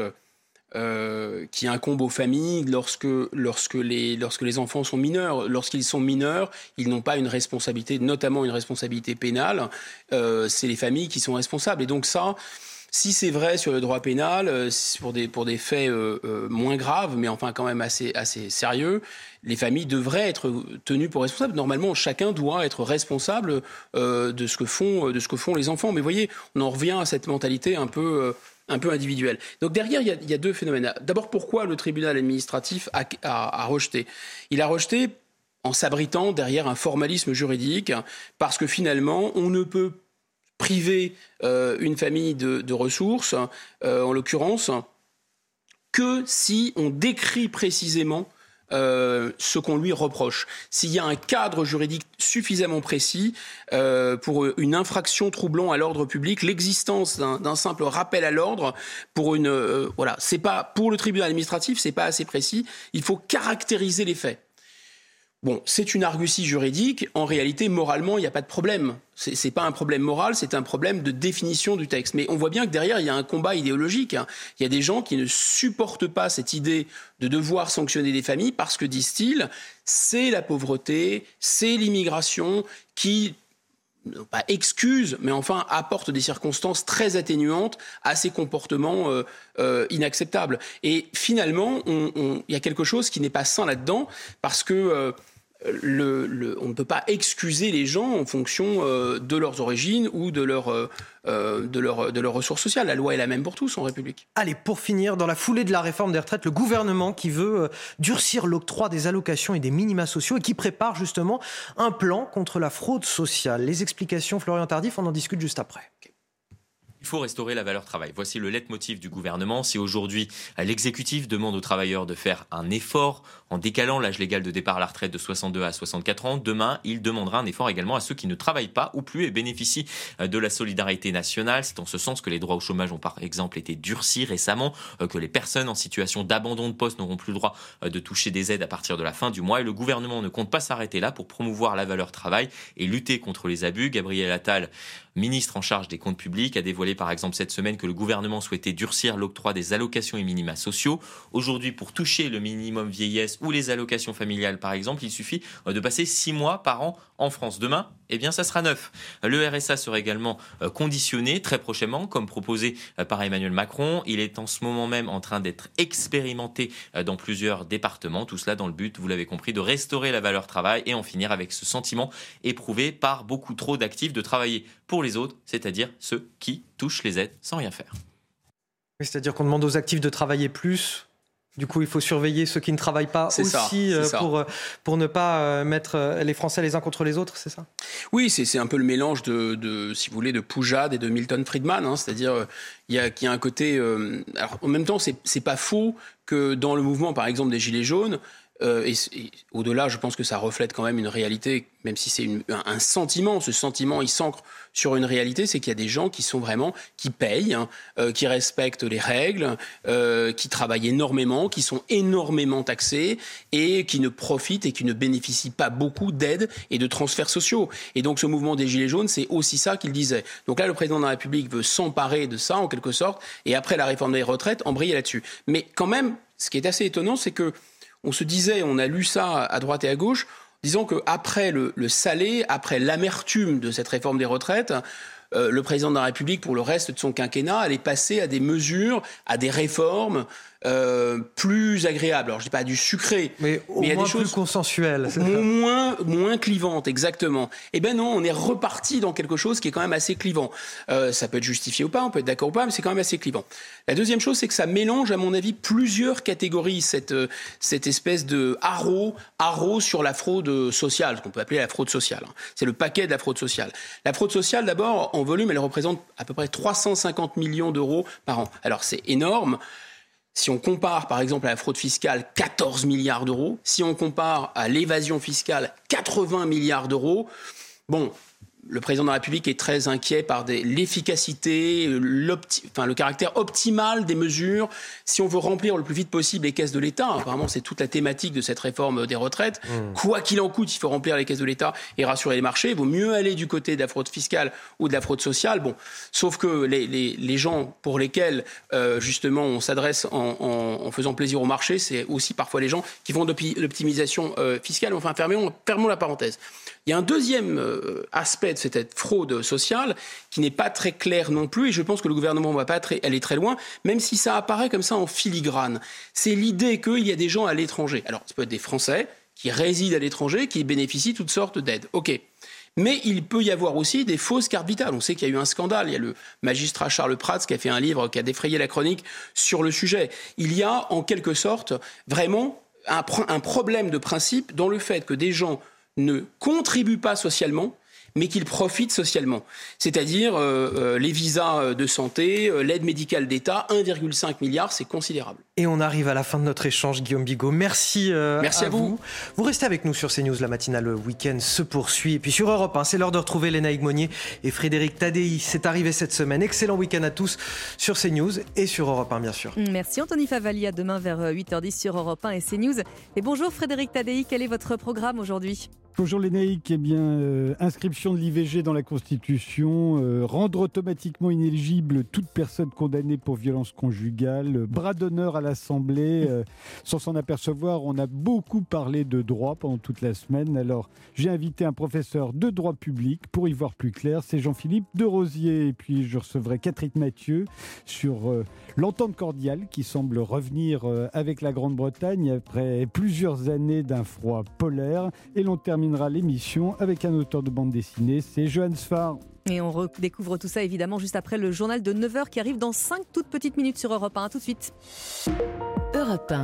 qui incombe aux familles lorsque les enfants sont mineurs. Lorsqu'ils sont mineurs, ils n'ont pas une responsabilité, notamment une responsabilité pénale. C'est les familles qui sont responsables. Et donc ça, si c'est vrai sur le droit pénal, pour des faits moins graves, mais enfin quand même assez sérieux, les familles devraient être tenues pour responsables. Normalement, chacun doit être responsable de ce que font les enfants. Mais vous voyez, on en revient à cette mentalité un peu individuelle. Donc derrière, il y a 2 phénomènes. D'abord, pourquoi le tribunal administratif a rejeté? Il a rejeté en s'abritant derrière un formalisme juridique, parce que finalement, on ne peut priver une famille de ressources, en l'occurrence, que si on décrit précisément ce qu'on lui reproche. S'il y a un cadre juridique suffisamment précis pour une infraction troublant à l'ordre public, l'existence d'un simple rappel à l'ordre c'est pas pour le tribunal administratif, c'est pas assez précis. Il faut caractériser les faits. Bon, c'est une argutie juridique. En réalité, moralement, il n'y a pas de problème. C'est pas un problème moral, c'est un problème de définition du texte. Mais on voit bien que derrière, il y a un combat idéologique. Il y a des gens qui ne supportent pas cette idée de devoir sanctionner des familles parce que, disent-ils, c'est la pauvreté, c'est l'immigration qui pas excuse, mais enfin apporte des circonstances très atténuantes à ces comportements inacceptables. Et finalement, il y a quelque chose qui n'est pas sain là-dedans, parce que on ne peut pas excuser les gens en fonction de leurs origines ou de leurs ressources sociales. La loi est la même pour tous en République. Allez, pour finir, dans la foulée de la réforme des retraites, le gouvernement qui veut durcir l'octroi des allocations et des minima sociaux et qui prépare justement un plan contre la fraude sociale. Les explications, Florian Tardif, on en discute juste après. Il faut restaurer la valeur travail. Voici le leitmotiv du gouvernement. Si aujourd'hui, l'exécutif demande aux travailleurs de faire un effort en décalant l'âge légal de départ à la retraite de 62 à 64 ans, demain, il demandera un effort également à ceux qui ne travaillent pas ou plus et bénéficient de la solidarité nationale. C'est en ce sens que les droits au chômage ont par exemple été durcis récemment, que les personnes en situation d'abandon de poste n'auront plus le droit de toucher des aides à partir de la fin du mois. Et le gouvernement ne compte pas s'arrêter là pour promouvoir la valeur travail et lutter contre les abus. Gabriel Attal, ministre en charge des comptes publics, a dévoilé par exemple cette semaine que le gouvernement souhaitait durcir l'octroi des allocations et minima sociaux. Aujourd'hui, pour toucher le minimum vieillesse ou les allocations familiales par exemple, il suffit de passer 6 mois par an en France. Demain, eh bien, ça sera 9. Le RSA sera également conditionné très prochainement, comme proposé par Emmanuel Macron. Il est en ce moment même en train d'être expérimenté dans plusieurs départements. Tout cela dans le but, vous l'avez compris, de restaurer la valeur travail et en finir avec ce sentiment éprouvé par beaucoup trop d'actifs de travailler pour les autres, c'est-à-dire ceux qui touchent les aides sans rien faire. C'est-à-dire qu'on demande aux actifs de travailler plus. Du coup, il faut surveiller ceux qui ne travaillent pas pour ne pas mettre les Français les uns contre les autres, c'est ça ? Oui, c'est un peu le mélange si vous voulez, de Poujade et de Milton Friedman. C'est-à-dire qu'il y a un côté... alors, en même temps, c'est pas faux que dans le mouvement, par exemple, des Gilets jaunes, et au-delà, je pense que ça reflète quand même une réalité, même si c'est un sentiment. Ce sentiment, il s'ancre sur une réalité, c'est qu'il y a des gens qui payent, qui respectent les règles, qui travaillent énormément, qui sont énormément taxés et qui ne profitent et qui ne bénéficient pas beaucoup d'aides et de transferts sociaux. Et donc ce mouvement des Gilets jaunes, c'est aussi ça qu'il disait. Donc là, le président de la République veut s'emparer de ça, en quelque sorte, et après la réforme des retraites, embrayer là-dessus. Mais quand même, ce qui est assez étonnant, c'est que on se disait, on a lu ça à droite et à gauche, disons qu'après le salé, après l'amertume de cette réforme des retraites, le président de la République, pour le reste de son quinquennat, allait passer à des mesures, à des réformes plus agréables. Alors, je ne dis pas du sucré, mais il y a des choses plus consensuelles. Moins clivantes, exactement. Eh bien non, on est reparti dans quelque chose qui est quand même assez clivant. Ça peut être justifié ou pas, on peut être d'accord ou pas, mais c'est quand même assez clivant. La deuxième chose, c'est que ça mélange, à mon avis, plusieurs catégories, cette espèce de haro sur la fraude sociale, ce qu'on peut appeler la fraude sociale. C'est le paquet de la fraude sociale. La fraude sociale, d'abord, en volume, elle représente à peu près 350 millions d'euros par an. Alors, c'est énorme. Si on compare, par exemple, à la fraude fiscale, 14 milliards d'euros. Si on compare à l'évasion fiscale, 80 milliards d'euros. Bon, le président de la République est très inquiet par l'efficacité, le caractère optimal des mesures. Si on veut remplir le plus vite possible les caisses de l'État, apparemment c'est toute la thématique de cette réforme des retraites, quoi qu'il en coûte, il faut remplir les caisses de l'État et rassurer les marchés. Il vaut mieux aller du côté de la fraude fiscale ou de la fraude sociale. Bon, sauf que les gens pour lesquels justement on s'adresse en faisant plaisir au marché, c'est aussi parfois les gens qui font de l'optimisation fiscale. Enfin, fermons la parenthèse. Il y a un deuxième aspect de cette fraude sociale qui n'est pas très clair non plus, et je pense que le gouvernement ne va pas aller très loin, même si ça apparaît comme ça en filigrane. C'est l'idée qu'il y a des gens à l'étranger. Alors, ça peut être des Français qui résident à l'étranger, qui bénéficient de toutes sortes d'aides. OK. Mais il peut y avoir aussi des fausses cartes vitales. On sait qu'il y a eu un scandale. Il y a le magistrat Charles Prats qui a fait un livre qui a défrayé la chronique sur le sujet. Il y a en quelque sorte vraiment un problème de principe dans le fait que des gens ne contribuent pas socialement, mais qu'ils profitent socialement. C'est-à-dire les visas de santé, l'aide médicale d'État, 1,5 milliard, c'est considérable. Et on arrive à la fin de notre échange, Guillaume Bigot. Merci à vous. Vous restez avec nous sur CNews, la matinale week-end se poursuit. Et puis sur Europe 1, c'est l'heure de retrouver Lénaïque Monnier et Frédéric Tadei. C'est arrivé cette semaine. Excellent week-end à tous sur CNews et sur Europe 1, bien sûr. Merci Anthony Favali. À demain vers 8h10 sur Europe 1 et CNews. Et bonjour Frédéric Tadei, quel est votre programme aujourd'hui ? Bonjour Lénaïque, inscription de l'IVG dans la Constitution, rendre automatiquement inéligible toute personne condamnée pour violence conjugale, bras d'honneur à l'Assemblée, sans s'en apercevoir, on a beaucoup parlé de droit pendant toute la semaine. Alors j'ai invité un professeur de droit public pour y voir plus clair, c'est Jean-Philippe Derosier. Et puis je recevrai Catherine Mathieu sur l'entente cordiale qui semble revenir avec la Grande-Bretagne après plusieurs années d'un froid polaire. Et l'on terminera l'émission avec un auteur de bande dessinée, c'est Johan Sfar. Et on redécouvre tout ça évidemment juste après le journal de 9h qui arrive dans 5 toutes petites minutes sur Europe 1. À tout de suite. Europe 1.